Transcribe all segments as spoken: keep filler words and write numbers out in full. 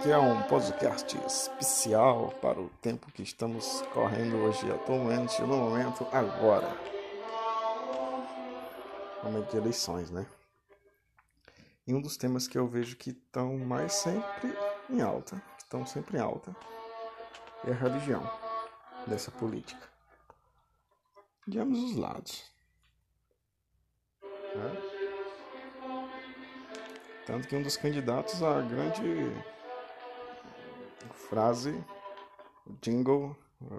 aqui é um podcast especial para o tempo que estamos correndo hoje, atualmente, no momento, agora. Momento de eleições, né? E um dos temas que eu vejo que estão mais sempre em alta, que estão sempre em alta, é a religião dessa política. De ambos os lados. Né? Tanto que um dos candidatos à grande frase, jingle,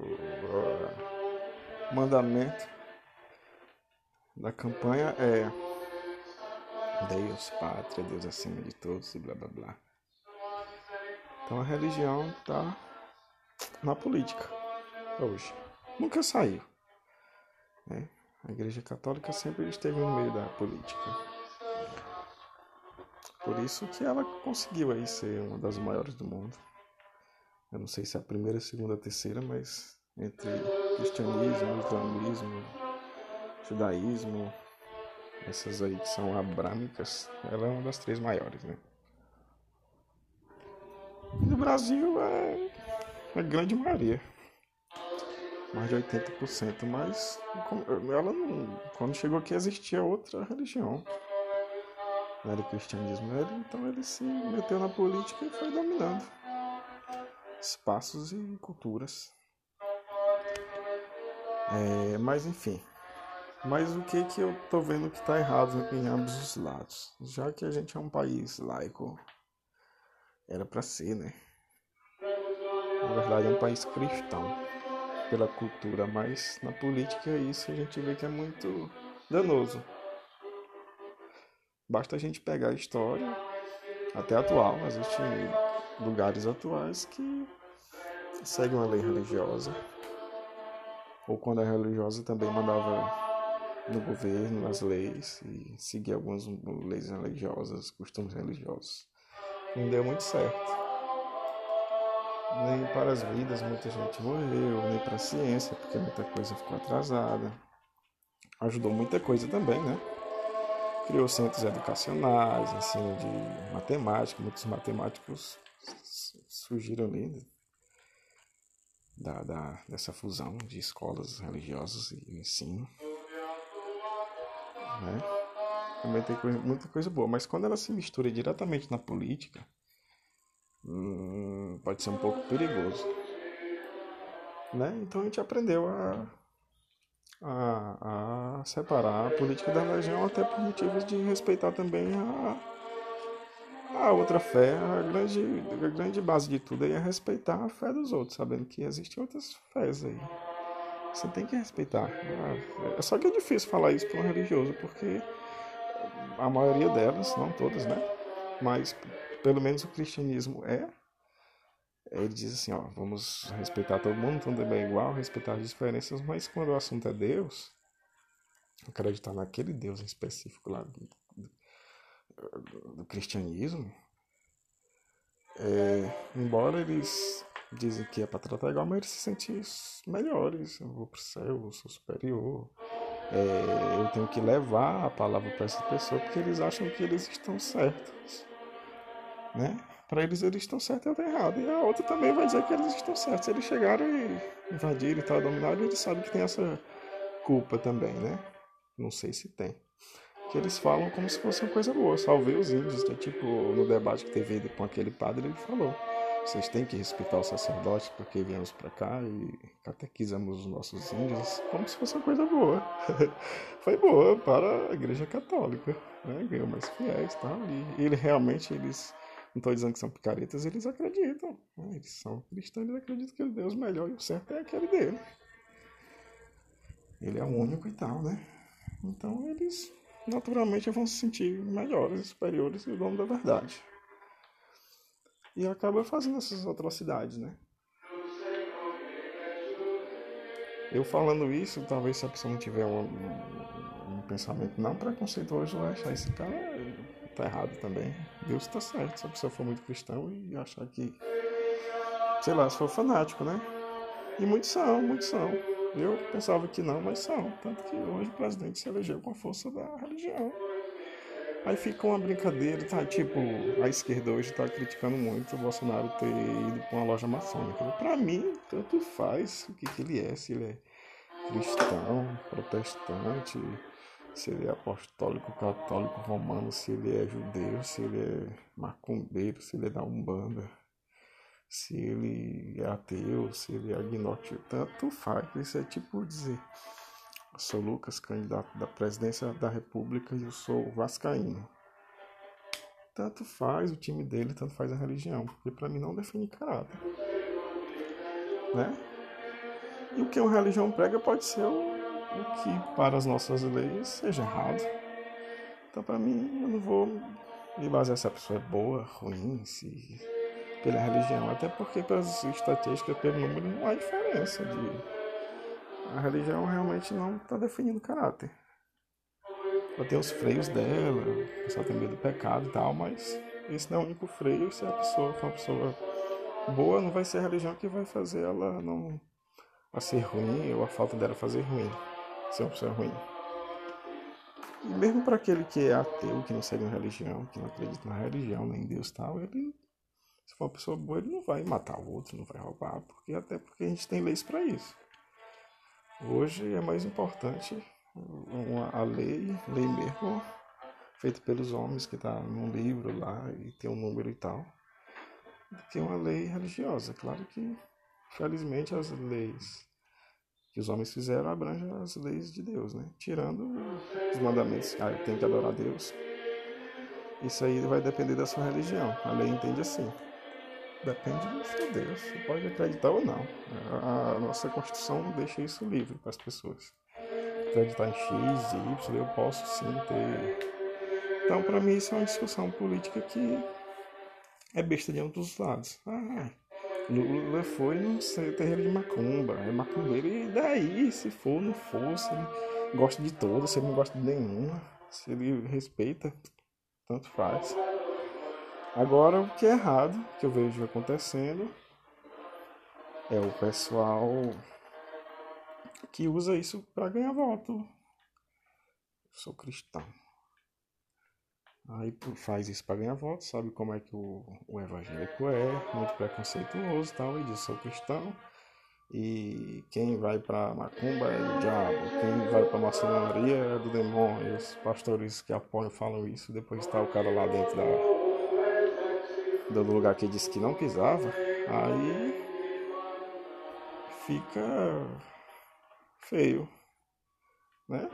o mandamento da campanha é Deus, pátria, Deus acima de todos e blá blá blá. Então a religião está na política hoje. Nunca saiu. Né? A Igreja Católica sempre esteve no meio da política. Por isso que ela conseguiu aí ser uma das maiores do mundo. Eu não sei se é a primeira, a segunda, a terceira, mas entre cristianismo, islamismo, judaísmo, essas aí que são abrâmicas, ela é uma das três maiores, né? No Brasil é a grande maioria, mais de oitenta por cento, mas ela não, quando chegou aqui existia outra religião, não era o cristianismo, era, então ele se meteu na política e foi dominando espaços e culturas. É, mas enfim, mas o que que eu tô vendo que tá errado em ambos os lados? Já que a gente é um país laico, era pra ser, né? Na verdade é um país cristão pela cultura, mas na política isso a gente vê que é muito danoso. Basta a gente pegar a história, até atual, existem lugares atuais que seguem uma lei religiosa, ou quando a religiosa também mandava no governo, nas leis, e seguir algumas leis religiosas, costumes religiosos. Não deu muito certo. Nem para as vidas muita gente morreu, nem para a ciência, porque muita coisa ficou atrasada. Ajudou muita coisa também, né? Criou centros educacionais, ensino de matemática, muitos matemáticos surgiram ali da, da, dessa fusão de escolas religiosas e ensino. Né? Também tem coisa, muita coisa boa, mas quando ela se mistura diretamente na política, hum, pode ser um pouco perigoso. Né? Então a gente aprendeu a, a, a separar a política da religião, até por motivos de respeitar também a, a outra fé. A grande, a grande base de tudo é respeitar a fé dos outros, sabendo que existem outras fés aí. Você tem que respeitar. É só que é difícil falar isso para um religioso, porque a maioria delas, não todas, né? Mas pelo menos o cristianismo é. Ele diz assim, ó, vamos respeitar todo mundo, todo mundo é igual, respeitar as diferenças, mas quando o assunto é Deus, acreditar naquele Deus em específico lá do, do, do cristianismo, é, embora eles dizem que é para tratar igual, mas eles se sentem melhores. Eu vou pro céu, eu sou superior. É, eu tenho que levar a palavra para essa pessoa porque eles acham que eles estão certos, né? Para eles eles estão certos e eu estou errado. E a outra também vai dizer que eles estão certos. Eles chegaram e invadiram e tal, dominaram, e eles sabem que tem essa culpa também, né? Não sei se tem. Que eles falam como se fosse uma coisa boa. Salvei os índios, né? Tipo, no debate que teve com aquele padre, ele falou: vocês têm que respeitar o sacerdote porque viemos para cá e catequizamos os nossos índios, como se fosse uma coisa boa. Foi boa para a Igreja Católica, né? Ganhou mais fiéis e tal. E ele realmente, eles, não estou dizendo que são picaretas, eles acreditam. Né? Eles são cristãos, eles acreditam que o Deus melhor e o certo é aquele dele. Ele é o único e tal, né? Então eles naturalmente vão se sentir melhores, superiores e o dono da verdade. E acaba fazendo essas atrocidades, né? Eu falando isso, talvez se a pessoa não tiver um, um, um pensamento não preconceituoso, vai achar esse cara tá errado também. Deus tá certo, se a pessoa for muito cristão e achar que, sei lá, se for fanático, né? E muitos são, muitos são. Eu pensava que não, mas são. Tanto que hoje o presidente se elegeu com a força da religião. Aí fica uma brincadeira, tá? Tipo, a esquerda hoje tá criticando muito o Bolsonaro ter ido pra uma loja maçônica. Pra mim, tanto faz o que, que ele é, se ele é cristão, protestante, se ele é apostólico, católico, romano, se ele é judeu, se ele é macumbeiro, se ele é da Umbanda, se ele é ateu, se ele é agnóstico, tanto faz. Isso é tipo dizer, eu sou Lucas, candidato da presidência da República e eu sou vascaíno. Tanto faz o time dele, tanto faz a religião, porque pra mim não define caráter, né? E o que uma religião prega pode ser o, o que para as nossas leis seja errado. Então pra mim eu não vou me basear se a pessoa é boa, ruim, se pela religião, até porque pelas estatísticas, pelo número, não há diferença de a religião realmente não está definindo caráter. Ela tem os freios dela, o pessoal tem medo do pecado e tal, mas esse não é o único freio. Se a pessoa for uma pessoa boa, não vai ser a religião que vai fazer ela não a ser ruim ou a falta dela fazer ruim, ser uma pessoa ruim. E mesmo para aquele que é ateu, que não segue uma religião, que não acredita na religião, nem em Deus e tal, ele, se for uma pessoa boa, ele não vai matar o outro, não vai roubar, porque até porque a gente tem leis para isso. Hoje é mais importante uma, a lei, lei mesmo, feita pelos homens, que está num livro lá e tem um número e tal, do que uma lei religiosa. Claro que, felizmente, as leis que os homens fizeram abrangem as leis de Deus, né? Tirando os mandamentos, ah, eu tenho que adorar a Deus. Isso aí vai depender da sua religião. A lei entende assim. Depende do seu Deus. Você pode acreditar ou não. A, a nossa Constituição deixa isso livre para as pessoas. Acreditar em X, Y, eu posso sim ter. Então, para mim, isso é uma discussão política que é besta de ambos os lados. Ah, Lula foi num terreiro de macumba, é macumbeiro, e daí, se for, não for, se ele gosta de todas, se ele não gosta de nenhuma, se ele respeita, tanto faz. Agora, o que é errado, que eu vejo acontecendo, é o pessoal que usa isso para ganhar voto. Eu sou cristão. Aí faz isso para ganhar voto, sabe como é que o, o evangélico é, muito preconceituoso e tal, e diz, sou cristão, e quem vai para macumba é do diabo, quem vai para maçonaria é do demônio. E os pastores que apoiam falam isso, depois está o cara lá dentro da, do lugar que disse que não pisava, aí fica feio, né?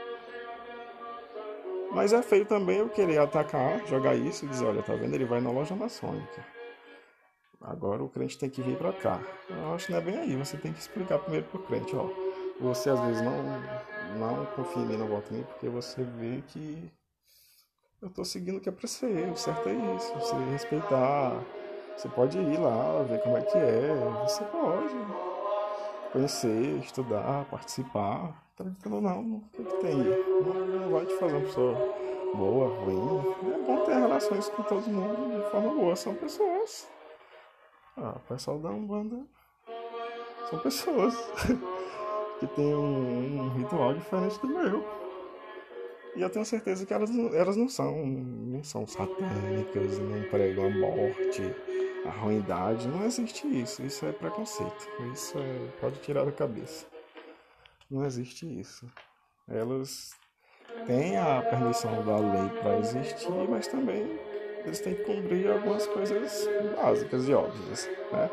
Mas é feio também eu querer atacar, jogar isso e dizer, olha, tá vendo, ele vai na loja maçônica. Agora o crente tem que vir para cá. Eu acho que não é bem aí. Você tem que explicar primeiro pro crente, ó. Você às vezes não, não confia em mim, não vota em mim, porque você vê que eu tô seguindo o que é pra ser. O certo é isso. Você respeitar. Você pode ir lá, ver como é que é. Você pode conhecer, estudar, participar. Tá acreditando ou não? O que, que tem aí? Não, não vai te fazer uma pessoa boa, ruim. É bom ter relações com todo mundo de forma boa. São pessoas. Ah, o pessoal da Umbanda são pessoas que têm um, um ritual diferente do meu. E eu tenho certeza que elas, elas não são, não são satânicas, não pregam a morte, a ruindade. Não existe isso. Isso é preconceito. Isso é, pode tirar da cabeça. Não existe isso. Elas têm a permissão da lei para existir, mas também eles têm que cumprir algumas coisas básicas e óbvias, né?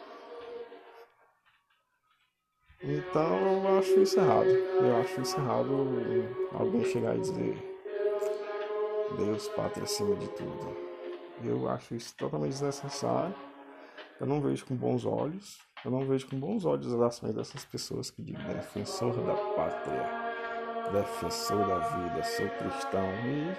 Então eu acho isso errado. Eu acho isso errado alguém chegar e dizer Deus, pátria acima de tudo. Eu acho isso totalmente desnecessário. Eu não vejo com bons olhos. Eu não vejo com bons olhos as ações dessas pessoas que dizem defensor da pátria, defensor da vida, sou cristão.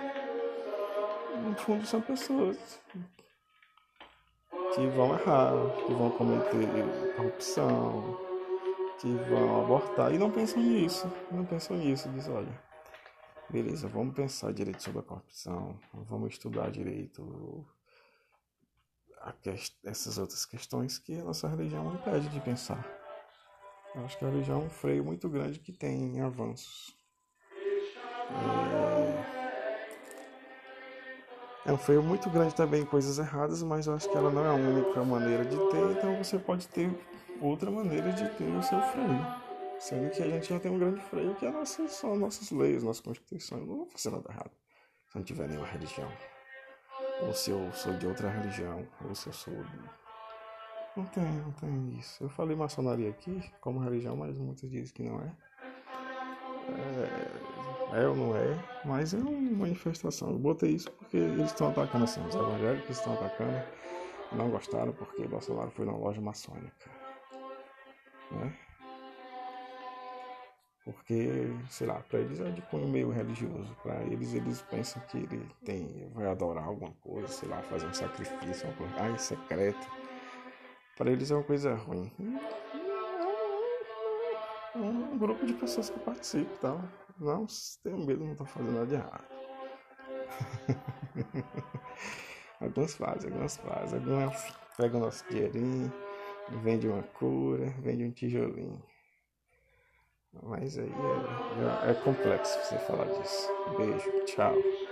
E no fundo são pessoas que vão errar, que vão cometer corrupção, que vão abortar e não pensam nisso, não pensam nisso, diz, olha, beleza, vamos pensar direito sobre a corrupção, vamos estudar direito a quest- essas outras questões que a nossa religião impede de pensar. Eu acho que a religião é um freio muito grande que tem em avanços. É um freio muito grande também em coisas erradas, mas eu acho que ela não é a única maneira de ter, então você pode ter outra maneira de ter o seu freio. Sendo que a gente já tem um grande freio, que é nossa, são nossas leis, nossa Constituição. Eu não vou fazer nada errado se eu não tiver nenhuma religião. Ou se eu sou de outra religião, ou se eu sou. Não tem, não tem isso. Eu falei maçonaria aqui como religião, mas muitos dizem que não é. É, é ou não é, mas é uma manifestação. Eu botei isso porque eles estão atacando assim, os evangélicos estão atacando, não gostaram porque Bolsonaro foi na loja maçônica, né? Porque, sei lá, para eles é de cunho meio religioso. Para eles, eles pensam que ele tem, vai adorar alguma coisa, sei lá, fazer um sacrifício, uma coisa, ai, secreto. Para eles é uma coisa ruim. É um grupo de pessoas que participam e tal. Não tenho medo, não estou fazendo nada de errado. Alguns fazem, alguns fazem. Alguns pegam nosso dinheirinho, vende uma cura, vende um tijolinho. Mas aí é, é complexo você falar disso. Beijo, tchau.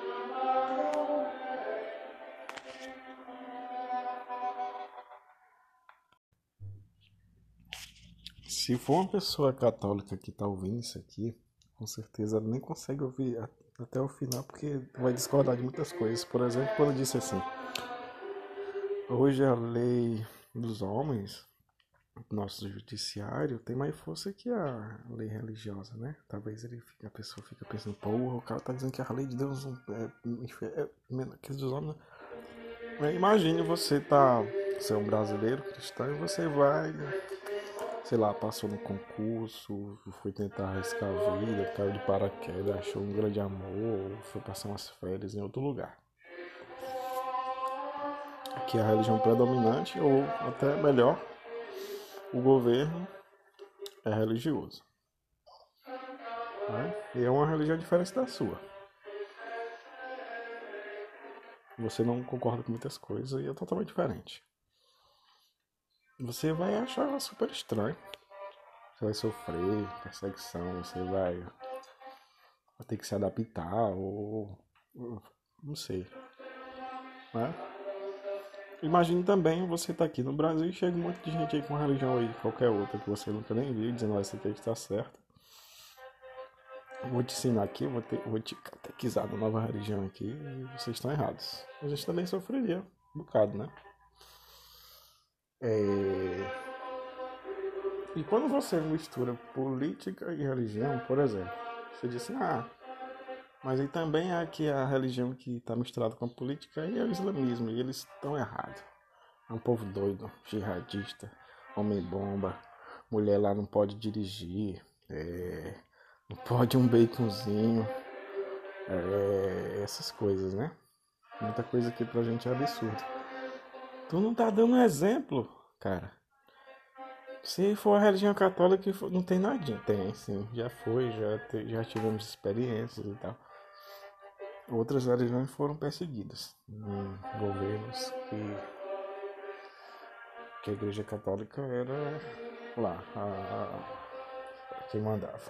Se for uma pessoa católica que tá ouvindo isso aqui, com certeza ela nem consegue ouvir até o final, porque vai discordar de muitas coisas. Por exemplo, quando disse assim: hoje a lei dos homens, nosso judiciário, tem mais força que a lei religiosa, né? Talvez ele fique, a pessoa fica pensando, pô, o cara tá dizendo que a lei de Deus é, é, é menor que a dos homens, né? Imagine você tá, você é um brasileiro cristão e você vai, sei lá, passou no concurso, foi tentar arriscar a vida, caiu de paraquedas, achou um grande amor, foi passar umas férias em outro lugar. Aqui é a religião predominante, ou até melhor, o governo é religioso. Né? E é uma religião diferente da sua. Você não concorda com muitas coisas e é totalmente diferente. Você vai achar super estranho. Você vai sofrer perseguição, você vai, vai ter que se adaptar, ou. Não sei. Né? Imagine também você tá aqui no Brasil e chega um monte de gente aí com uma religião aí, qualquer outra que você nunca nem viu, dizendo, ó, isso aqui está certo. Eu vou te ensinar aqui, vou, te, vou te catequizar na nova religião aqui e vocês estão errados. A gente também sofreria um bocado, né? É... E quando você mistura política e religião, por exemplo, você diz assim, ah, mas aí também há aqui a religião que está misturada com a política e é o islamismo, e eles estão errados. É um povo doido, jihadista, homem-bomba, mulher lá não pode dirigir, é... não pode um baconzinho, é... essas coisas, né? Muita coisa aqui pra gente é absurdo. Tu não tá dando um exemplo, cara. Se for a religião católica, não tem nadinha. Tem, sim. Já foi, já, te, já tivemos experiências e tal. Outras religiões foram perseguidas em governos que, que a igreja católica era lá, a, a, quem mandava.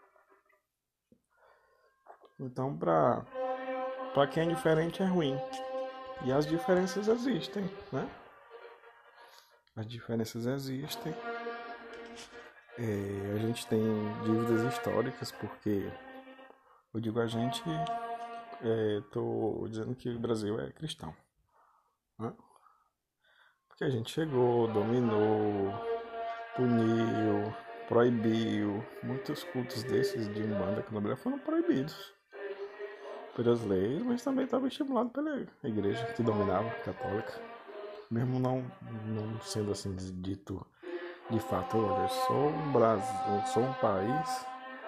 Então, pra, pra quem é diferente é ruim. E as diferenças existem, né? As diferenças existem. É, a gente tem dívidas históricas, porque eu digo a gente, estou é, dizendo que o Brasil é cristão, né? Porque a gente chegou, dominou, puniu, proibiu, muitos cultos desses de Umbanda, Candomblé foram proibidos pelas leis, mas também estava estimulado pela igreja que dominava, católica, mesmo não, não sendo assim dito de fato. Olha, eu sou um Brasil, eu sou um país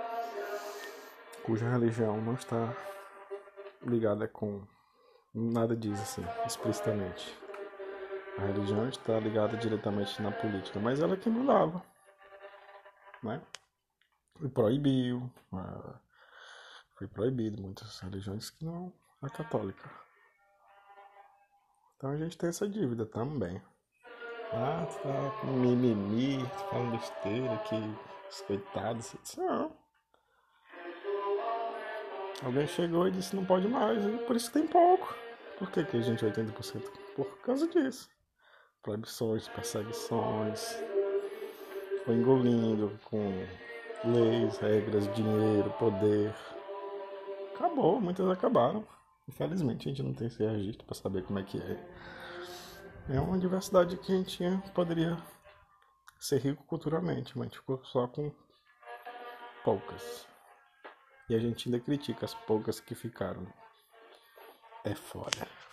cuja religião não está ligada com nada diz assim explicitamente. A religião está ligada diretamente na política, mas ela que mandava, né? E proibiu, uh, foi proibido muitas religiões que não a católica. Então a gente tem essa dívida também. Ah, tu tá com mimimi, tu falando besteira, que os coitados, não. Alguém chegou e disse não pode mais, e por isso tem pouco. Por que, que a gente é oitenta por cento? Por causa disso. Proibições, perseguições, foi engolindo com leis, regras, dinheiro, poder. Acabou, muitas acabaram. Infelizmente a gente não tem esse registro para saber como é que é. É uma diversidade que a gente poderia ser rico culturalmente, mas ficou só com poucas. E a gente ainda critica as poucas que ficaram. É foda.